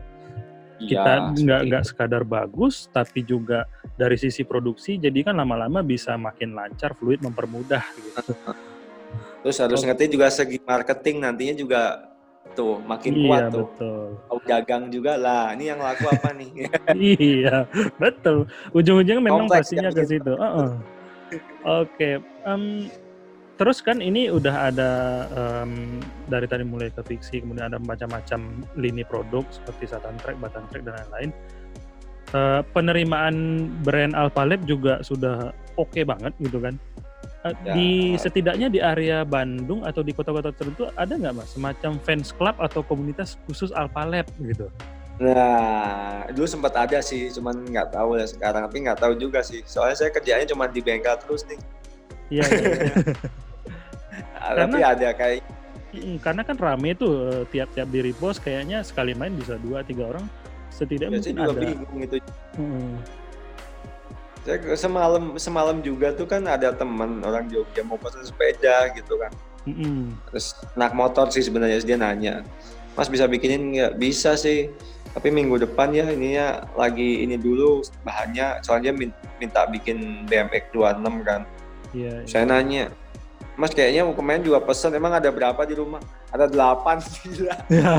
Kita nggak nggak sekadar bagus, tapi juga dari sisi produksi, jadi kan lama-lama bisa makin lancar, fluid, mempermudah gitu. Terus harus oh. ngerti juga segi marketing, nantinya juga tuh makin iya, kuat tuh. Betul. Kalau dagang juga lah, ini yang laku apa nih? Iya, betul. Ujung-ujungnya memang kompleks pastinya ke situ. Uh-uh. Oke, okay. um, terus kan ini udah ada um, dari tadi mulai ke fiksi, kemudian ada macam-macam lini produk seperti Satan Trek, Batan Trek dan lain-lain. Uh, penerimaan brand Alphalab juga sudah oke okay banget gitu kan. Uh, ya. Di setidaknya di area Bandung atau di kota-kota tertentu ada nggak mas semacam fans club atau komunitas khusus Alphalab gitu? Nah, dulu sempat ada sih, cuman nggak tahu ya sekarang, tapi nggak tahu juga sih. Soalnya saya kerjanya cuma di bengkel terus nih. Iya. iya. Tapi ada kayak. Karena kan rame tuh tiap-tiap di repost, kayaknya sekali main bisa dua tiga orang setidaknya mungkin juga ada. Bingung itu. Hmm. Saya semalam semalam juga tuh kan ada teman orang Jogja mau pesan sepeda gitu kan. Hmm. Terus anak motor sih sebenarnya dia nanya, Mas bisa bikinin nggak? Bisa sih. Tapi minggu depan ya ininya lagi ini dulu bahannya, soalnya minta bikin B M X dua puluh enam kan. Iya. Saya iya. nanya, Mas kayaknya mau kemarin juga pesen, emang ada berapa di rumah? Ada delapan, gila.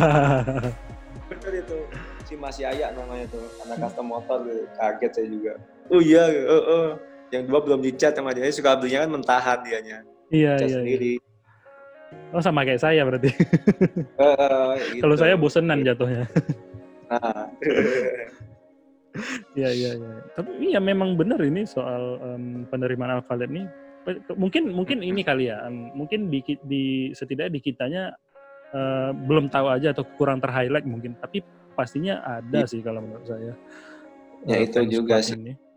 Bener itu, si Mas Yaya namanya tuh, anak custom motor, kaget saya juga. Oh iya, uh, uh. yang dua belum dicat sama dia, suka belinya kan mentahan dianya. Iya, cat iya, sendiri. Iya. Oh sama kayak saya berarti. Uh, uh, gitu. Kalau saya bosenan jatuhnya. Nah. Iya iya iya. Tapi iya memang benar ini soal um, penerimaan Alphalab ini. Mungkin mungkin ini kali ya. Um, mungkin di, di setidaknya di kitanya uh, belum tahu aja atau kurang ter-highlight mungkin. Tapi pastinya ada ya. sih kalau menurut saya. Ya uh, itu juga sih.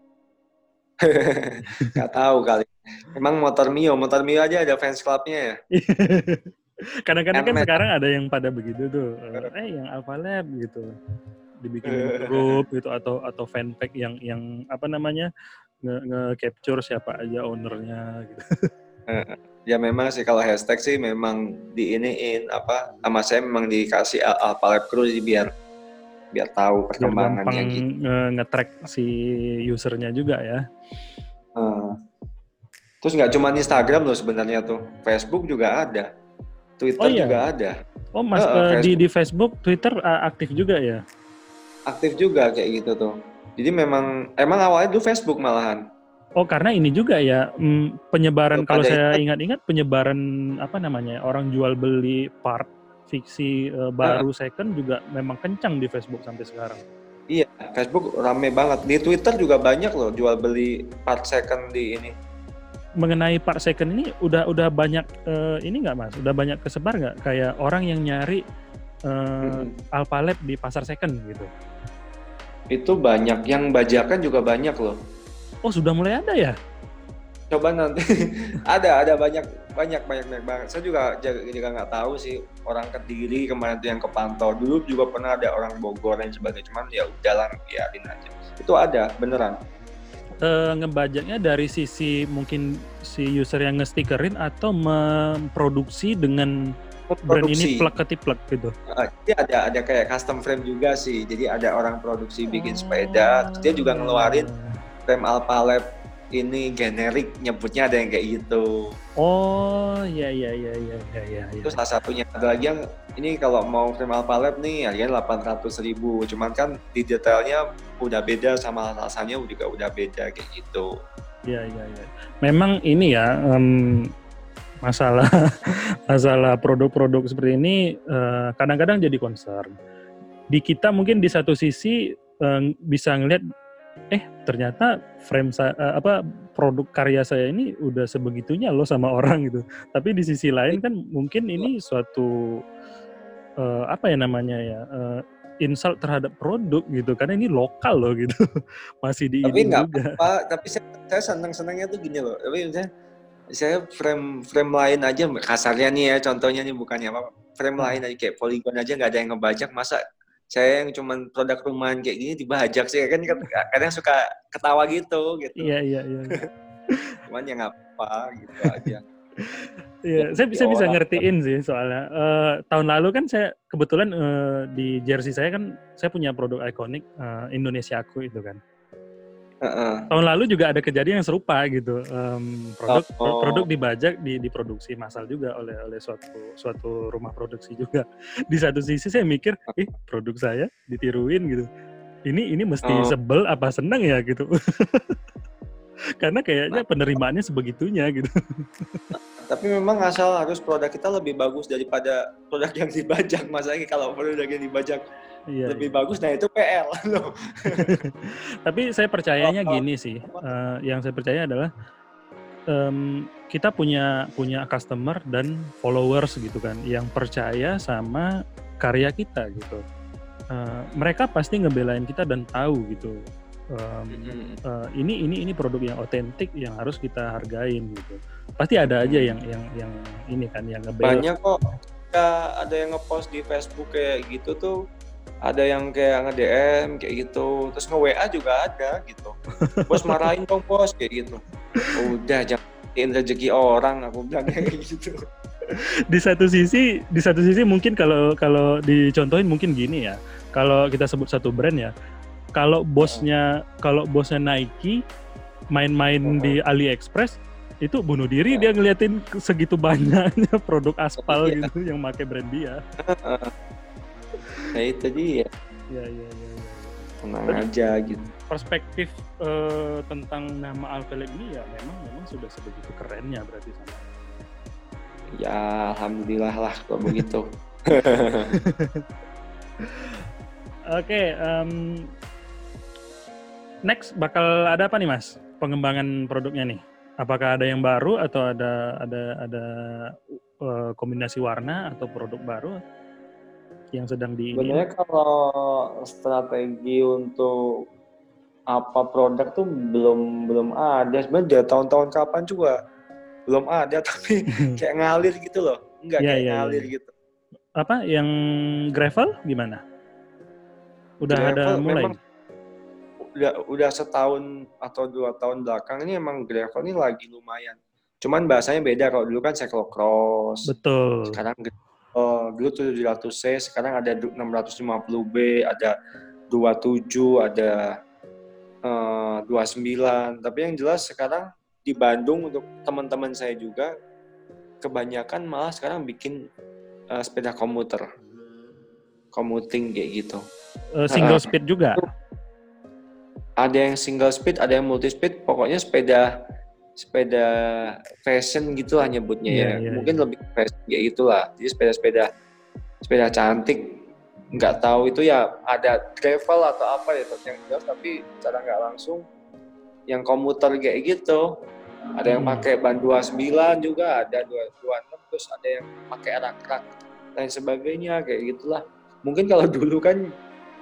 Gak tahu kali. Emang motor Mio, motor Mio aja ada fans clubnya ya. Kadang-kadang kan sekarang ada yang pada begitu tuh, eh yang Alphalab gitu, dibikin grup gitu atau atau fanpage yang yang apa namanya nge-capture siapa aja ownernya gitu. Ya memang sih kalau hashtag sih memang diiniin apa sama saya memang dikasih Alphalab Crew biar biar tahu perkembangannya gitu. Nge-track si usernya juga ya. Hmm. Terus nggak cuma Instagram loh sebenarnya tuh, Facebook juga ada. Twitter oh, iya. juga ada. Oh mas, uh, uh, di di Facebook, Twitter uh, aktif juga ya? Aktif juga kayak gitu tuh. Jadi memang emang awalnya dulu Facebook malahan. Oh karena ini juga ya mm, penyebaran kalau saya ingat-ingat penyebaran apa namanya orang jual beli part fiksi uh, baru uh. second juga memang kencang di Facebook sampai sekarang. Iya, Facebook rame banget. Di Twitter juga banyak loh jual beli part second di ini. Mengenai part second ini udah udah banyak uh, ini nggak mas? Udah banyak kesebar nggak kayak orang yang nyari uh, hmm. Alphalab di pasar second gitu? Itu banyak, yang bajakan juga banyak loh. Oh, sudah mulai ada ya? Coba nanti ada ada banyak banyak banyak banyak banget. Saya juga juga nggak tahu sih, orang Kediri kemarin tuh yang kepantau. Dulu juga pernah ada orang Bogor dan sebagainya, cuman ya udahlah biarin aja. Itu ada beneran. Uh, ngebajaknya dari sisi mungkin si user yang nge-stickerin atau memproduksi dengan brand ini plug ketiplek gitu. Uh, jadi ada ada kayak custom frame juga sih. Jadi ada orang produksi bikin oh. sepeda, terus dia juga ngeluarin frame Alphalab ini generik, nyebutnya ada yang kayak gitu. Oh, iya iya iya iya iya. Itu ya. Salah satunya. Ada lagi yang ini kalau mau frame Alphalab nih harganya delapan ratus ribu. Cuman kan di detailnya udah beda sama rasanya juga udah beda kayak gitu. Iya iya iya. Memang ini ya um, masalah masalah produk-produk seperti ini uh, kadang-kadang jadi concern. Di kita mungkin di satu sisi um, bisa ngelihat eh ternyata frame saya uh, apa produk karya saya ini udah sebegitunya loh sama orang gitu. Tapi di sisi lain kan mungkin ini suatu uh, apa ya namanya ya uh, insult terhadap produk gitu karena ini lokal loh gitu. Masih di tapi ini nggak juga. Apa, tapi saya, saya senang-senangnya tuh gini loh. Tapi misalnya saya frame frame lain aja kasarnya nih ya contohnya nih bukannya apa frame hmm. lain aja kayak Polygon aja nggak ada yang ngebajak, masa saya yang cuman produk rumahan kayak gini dibajak sih kan kadang suka ketawa gitu gitu. Iya iya iya. Cuman ya nggak apa gitu aja. Iya, saya bisa bisa ngertiin sih soalnya uh, tahun lalu kan saya kebetulan uh, di jersey saya kan saya punya produk ikonik uh, Indonesiaku itu kan. Uh-uh. Tahun lalu juga ada kejadian yang serupa gitu, um, produk oh. produk dibajak, di, diproduksi massal juga oleh oleh suatu suatu rumah produksi juga. Di satu sisi saya mikir, ih produk saya ditiruin gitu, ini ini mesti oh. sebel apa senang ya gitu, karena kayaknya penerimaannya sebegitunya gitu. Tapi memang asal harus produk kita lebih bagus daripada produk yang dibajak, masalahnya kalau produk yang dibajak Iya, lebih iya. bagus, nah itu P R loh. Tapi saya percayanya oh, gini sih, uh, yang saya percaya adalah um, kita punya punya customer dan followers gitu kan, yang percaya sama karya kita gitu. Uh, mereka pasti ngebelain kita dan tahu gitu. Um, uh, ini ini ini produk yang otentik yang harus kita hargain gitu. Pasti ada aja yang yang yang ini kan yang ngebelain. Banyak kok. Ya, ada yang ngepost di Facebook kayak gitu tuh. Ada yang kayak nge-D M kayak gitu, terus nge-W A juga ada gitu. Bos marahin dong bos kayak gitu. Udah jangan rezeki orang, aku bilang kayak gitu. Di satu sisi, di satu sisi mungkin kalau kalau dicontohin mungkin gini ya. Kalau kita sebut satu brand ya, kalau bosnya kalau bosnya Nike main-main uh-huh. di AliExpress itu bunuh diri uh-huh. dia ngeliatin segitu banyaknya produk aspal uh-huh. gitu yang pakai brand dia. Uh-huh. Nah itu dia. Ya, ya, ya, ya. Tenang aja gitu. Perspektif uh, tentang nama Alphalab ini ya memang memang sudah sebegitu kerennya berarti sama. Ya alhamdulillah lah kalau begitu. Oke, okay, um, next bakal ada apa nih Mas? Pengembangan produknya nih. Apakah ada yang baru atau ada ada ada uh, kombinasi warna atau produk baru yang sedang di sebenarnya kalau strategi untuk apa produk tuh belum belum ada sebenarnya dari tahun-tahun kapan juga belum ada tapi kayak ngalir gitu loh enggak ya, kayak ya, ngalir ya. gitu apa yang gravel gimana udah gravel ada mulai memang udah udah setahun atau dua tahun belakang ini emang gravel ini lagi lumayan cuman bahasanya beda kalau dulu kan cyclocross betul sekarang Oh, dulu tujuh ratus C, sekarang ada enam ratus lima puluh B, ada dua puluh tujuh, ada uh, dua puluh sembilan. Tapi yang jelas sekarang di Bandung untuk teman-teman saya juga, kebanyakan malah sekarang bikin uh, sepeda komuter. Commuting kayak gitu. Uh, single uh, speed juga? Ada yang single speed, ada yang multi speed, pokoknya sepeda sepeda fashion gitu lah nyebutnya yeah, ya yeah, mungkin yeah. lebih fashion kayak gitulah jadi sepeda-sepeda sepeda cantik nggak tahu itu ya ada gravel atau apa ya yang jelas tapi cara nggak langsung yang komuter kayak gitu ada yang pakai ban dua puluh sembilan juga ada dua puluh enam terus ada yang pakai rak-rak dan sebagainya kayak gitulah mungkin kalau dulu kan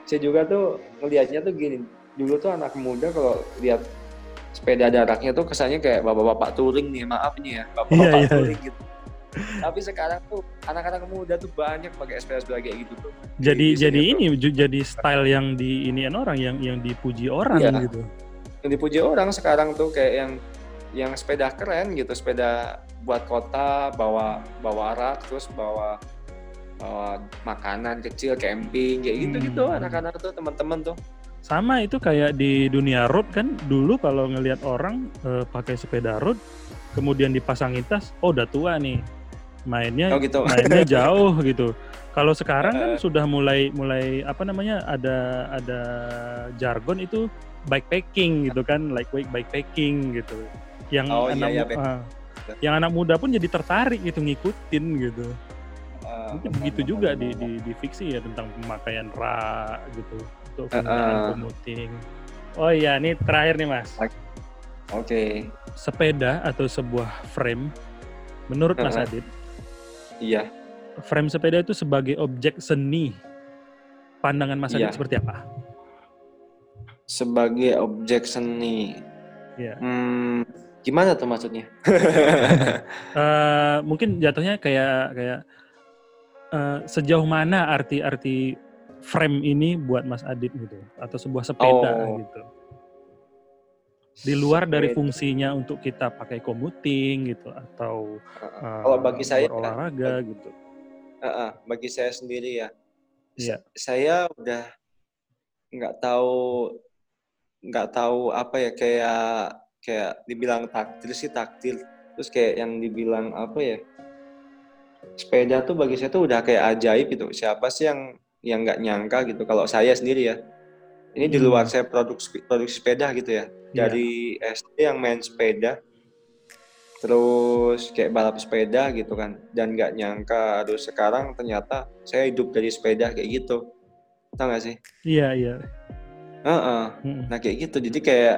saya juga tuh ngelihatnya tuh gini, dulu tuh anak muda kalau lihat sepeda daraknya tuh kesannya kayak bapak-bapak touring nih, maaf nih ya, bapak-bapak yeah, yeah, touring yeah. gitu. Tapi sekarang tuh anak-anak muda tuh banyak pakai sepeda-sepeda kayak gitu tuh. Jadi di, jadi tuh. ini jadi style yang di inian orang, yang yang dipuji orang iya, gitu. Yang dipuji orang sekarang tuh kayak yang yang sepeda keren gitu, sepeda buat kota, bawa bawa rak, terus bawa bawa makanan kecil, camping kayak gitu-gitu hmm. anak-anak tuh, teman-teman tuh. Sama itu kayak di dunia road kan, dulu kalau ngelihat orang uh, pakai sepeda road kemudian dipasangin tas, oh udah tua nih. Mainnya oh, gitu. mainnya jauh gitu. Kalau sekarang kan sudah mulai mulai apa namanya, ada ada jargon itu bikepacking gitu kan, lightweight bikepacking gitu. Yang oh, anak iya, iya, uh, yang anak muda pun jadi tertarik gitu, ngikutin gitu. Uh, Mungkin begitu juga di, di di fiksi ya, tentang pemakaian rak gitu untuk penggunaan uh, komuting. Oh iya, ini terakhir nih Mas. Oke. Okay. Sepeda atau sebuah frame, menurut uh, Mas Adit? Iya. Frame sepeda itu sebagai objek seni, pandangan Mas Adit iya. seperti apa? Sebagai objek seni. Iya. Hmm, gimana tuh maksudnya? uh, mungkin jatuhnya kayak kayak uh, sejauh mana arti-arti frame ini buat Mas Adit gitu, atau sebuah sepeda oh. gitu. Di luar sepeda. Dari fungsinya untuk kita pakai komuting gitu, atau uh, kalau bagi saya olahraga bagi, gitu. Uh, uh, bagi saya sendiri ya, yeah. saya udah nggak tahu nggak tahu apa ya, kayak kayak dibilang takdir sih takdir, terus kayak yang dibilang apa ya, sepeda tuh bagi saya tuh udah kayak ajaib gitu. Siapa sih yang yang nggak nyangka gitu, kalau saya sendiri ya, ini hmm. di luar saya produksi produksi sepeda gitu ya, dari yeah. S D yang main sepeda, terus kayak balap sepeda gitu kan, dan nggak nyangka terus sekarang ternyata saya hidup dari sepeda kayak gitu, tau nggak sih? Iya iya. Uh-uh. Hmm. Nah kayak gitu, jadi kayak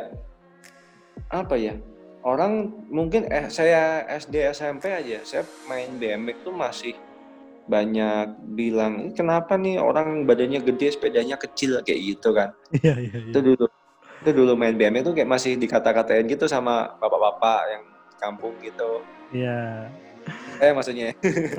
apa ya, orang mungkin eh, saya S D S M P aja saya main B M X tuh masih banyak bilang, kenapa nih orang badannya gede sepedanya kecil kayak gitu kan. Iya iya iya. Itu dulu itu dulu main B M X tuh kayak masih dikata-katain gitu sama bapak-bapak yang kampung gitu. Iya. Eh maksudnya.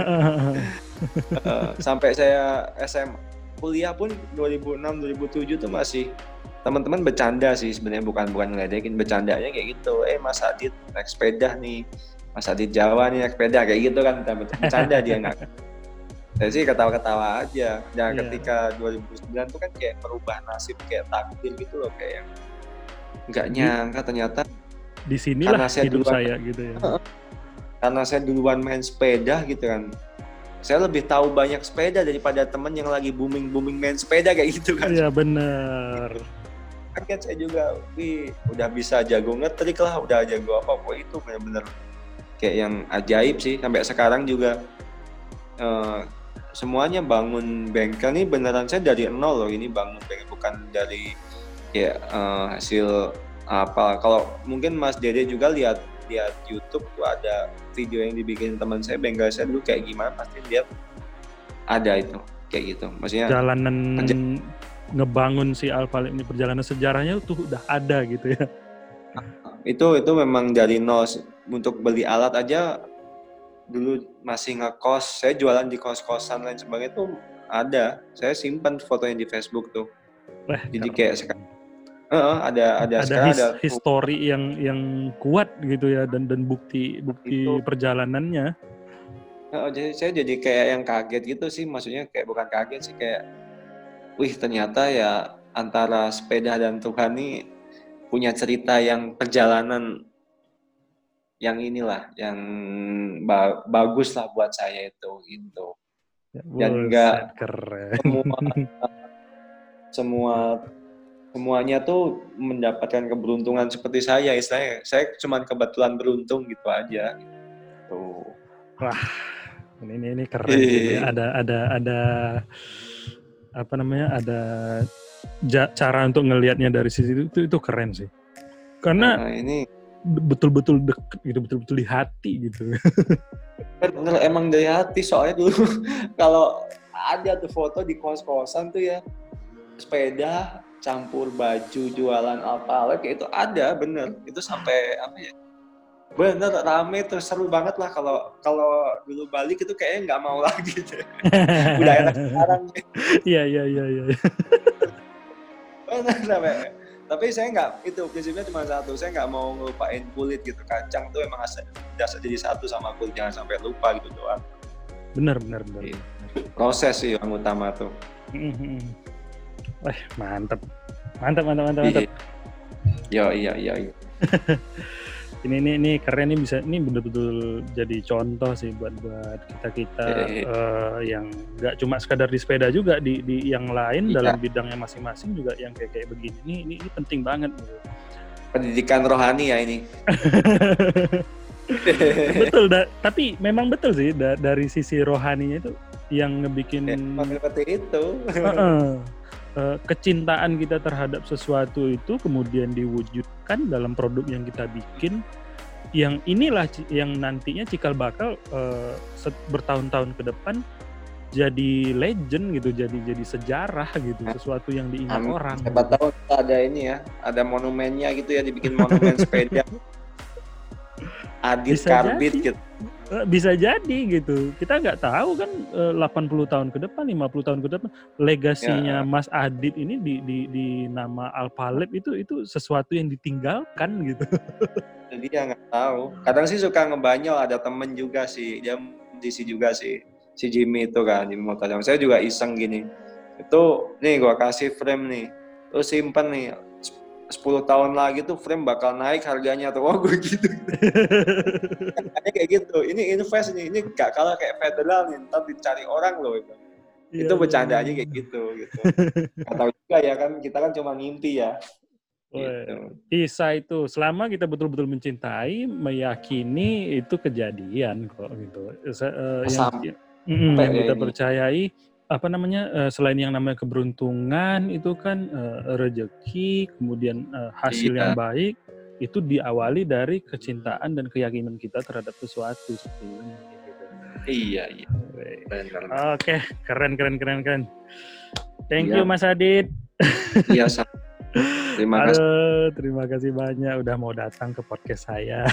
uh, sampai saya S M kuliah pun dua ribu enam dua ribu tujuh tuh masih teman-teman bercanda sih sebenarnya, bukan bukan ngeledekin, bercandanya kayak gitu. Eh Mas Adit naik sepeda nih, Mas Adit Jawa nih naik sepeda kayak gitu kan, bercanda dia nggak. Saya sih ketawa-ketawa aja. Dan yeah. ketika dua ribu sembilan tuh kan kayak merubah nasib, kayak takdir gitu loh, kayak yang nggak nyangka ternyata di sinilah hidup duluan, saya gitu ya. Karena saya duluan main sepeda gitu kan, saya lebih tahu banyak sepeda daripada teman yang lagi booming-booming main sepeda kayak gitu kan. Iya benar. Kaget saya juga, wih udah bisa jago ngetrik lah, udah jago apa-apa, itu benar-benar kayak yang ajaib sih. Sampai sekarang juga uh, semuanya bangun bengkel nih beneran saya dari nol loh, ini bangun bengkel bukan dari kayak uh, hasil apa. Kalau mungkin Mas Dede juga lihat lihat YouTube tuh ada video yang dibikin teman saya, bengkel saya dulu kayak gimana, pasti lihat ada itu kayak gitu. Maksudnya jalanan penj- ngebangun si Alphalab ini, perjalanan sejarahnya tuh udah ada gitu ya. Itu itu memang dari nol. Untuk beli alat aja dulu masih ngekos, saya jualan di kos-kosan lain sebagainya tuh ada. Saya simpan fotonya di Facebook tuh. Wah, jadi kayak sekarang uh, ada ada ada, his, ada history yang yang kuat gitu ya, dan dan bukti bukti itu. Perjalanannya. Uh, jadi saya jadi kayak yang kaget gitu sih, maksudnya kayak bukan kaget sih, kayak wih ternyata ya antara sepeda dan Tuhan nih punya cerita yang perjalanan yang inilah yang ba- bagus lah buat saya itu gitu. Dan enggak semua semua semuanya tuh mendapatkan keberuntungan seperti saya, istilahnya saya cuma kebetulan beruntung gitu aja gitu. Wah, ini ini keren sih. Ada ada ada apa namanya, ada ja, cara untuk ngelihatnya dari sisi itu, itu itu keren sih. Karena nah, ini betul-betul deket gitu, betul-betul di hati gitu. Bener, emang dari hati. Soalnya dulu kalau ada tuh foto di kos-kosan tuh ya, sepeda campur baju jualan Alphalab kayak itu ada bener. Itu sampai apa ya? Bener rame terus seru banget lah kalau kalau dulu balik itu kayaknya nggak mau lagi. Udah enak sekarang. Iya iya iya iya. Bener sampai. Tapi saya nggak itu prinsipnya cuma satu. Saya nggak mau ngelupain kulit gitu. Kacang tuh emang asal dasar jadi satu sama kulit, jangan sampai lupa gitu doang. Bener bener bener. Proses sih yang utama tuh. Wah mantep, mantep mantep mantep mantep. Yo iya iya. iya. ini ini ini keren nih bisa ini betul-betul jadi contoh sih buat buat kita kita eh. uh, yang nggak cuma sekadar di sepeda juga di di yang lain iya. Dalam bidangnya masing-masing juga yang kayak kayak begini ini ini, ini penting banget. Pendidikan rohani ya ini. Betul, da, tapi memang betul sih da, dari sisi rohaninya itu yang ngebikin ya, seperti itu. uh-uh, uh, kecintaan kita terhadap sesuatu itu kemudian diwujudkan dalam produk yang kita bikin, yang inilah yang nantinya cikal bakal uh, bertahun-tahun ke depan jadi legend gitu, jadi jadi sejarah gitu, sesuatu yang diingat Amin. Orang. Siapa gitu. Tahu ada ini ya, ada monumennya gitu ya, dibikin monumen sepeda. Adit Karbit gitu. Bisa jadi gitu. Kita nggak tahu kan delapan puluh tahun ke depan, lima puluh tahun ke depan legasinya ya. Mas Adit ini di di di nama Alphalab itu itu sesuatu yang ditinggalkan gitu. Jadi ya nggak tahu. Kadang sih suka ngebanyol, ada temen juga sih, dia musisi juga sih. Si Jimmy itu kan, Jimmy Motajam. Saya juga iseng gini. Itu nih gua kasih frame nih. Lu simpen nih. sepuluh tahun lagi tuh frame bakal naik harganya tuh. Oh gue gitu. Kayaknya kayak gitu. Ini invest nih. Ini gak kalah kayak federal nih. Ntar dicari orang loh itu. Yeah, itu bercanda aja kayak gitu. gitu. Gak tahu juga ya kan. Kita kan cuma ngimpi ya. Gitu. Bisa itu. Selama kita betul-betul mencintai, meyakini itu kejadian kok gitu. Uh, yang, mm, yang kita percayai. Apa namanya uh, selain yang namanya keberuntungan itu kan uh, rezeki, kemudian uh, hasil iya. Yang baik itu diawali dari kecintaan dan keyakinan kita terhadap sesuatu seperti ini. Gitu. Iya iya. Oke, okay. keren keren keren keren. Thank iya. you Mas Adit. Iya. Terima kasih. Aduh, terima kasih banyak udah mau datang ke podcast saya.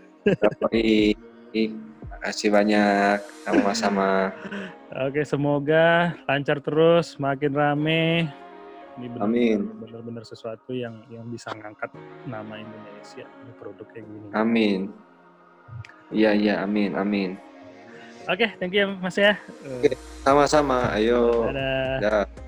Terima kasih banyak, sama-sama. Oke, semoga lancar terus, makin rame. Ini benar, Amin. Benar-benar sesuatu yang yang bisa ngangkat nama Indonesia, ini produk kayak gini. Amin. Iya, iya, amin, amin. Oke, thank you Mas ya. Oke, sama-sama. Ayo. Dadah. Dadah.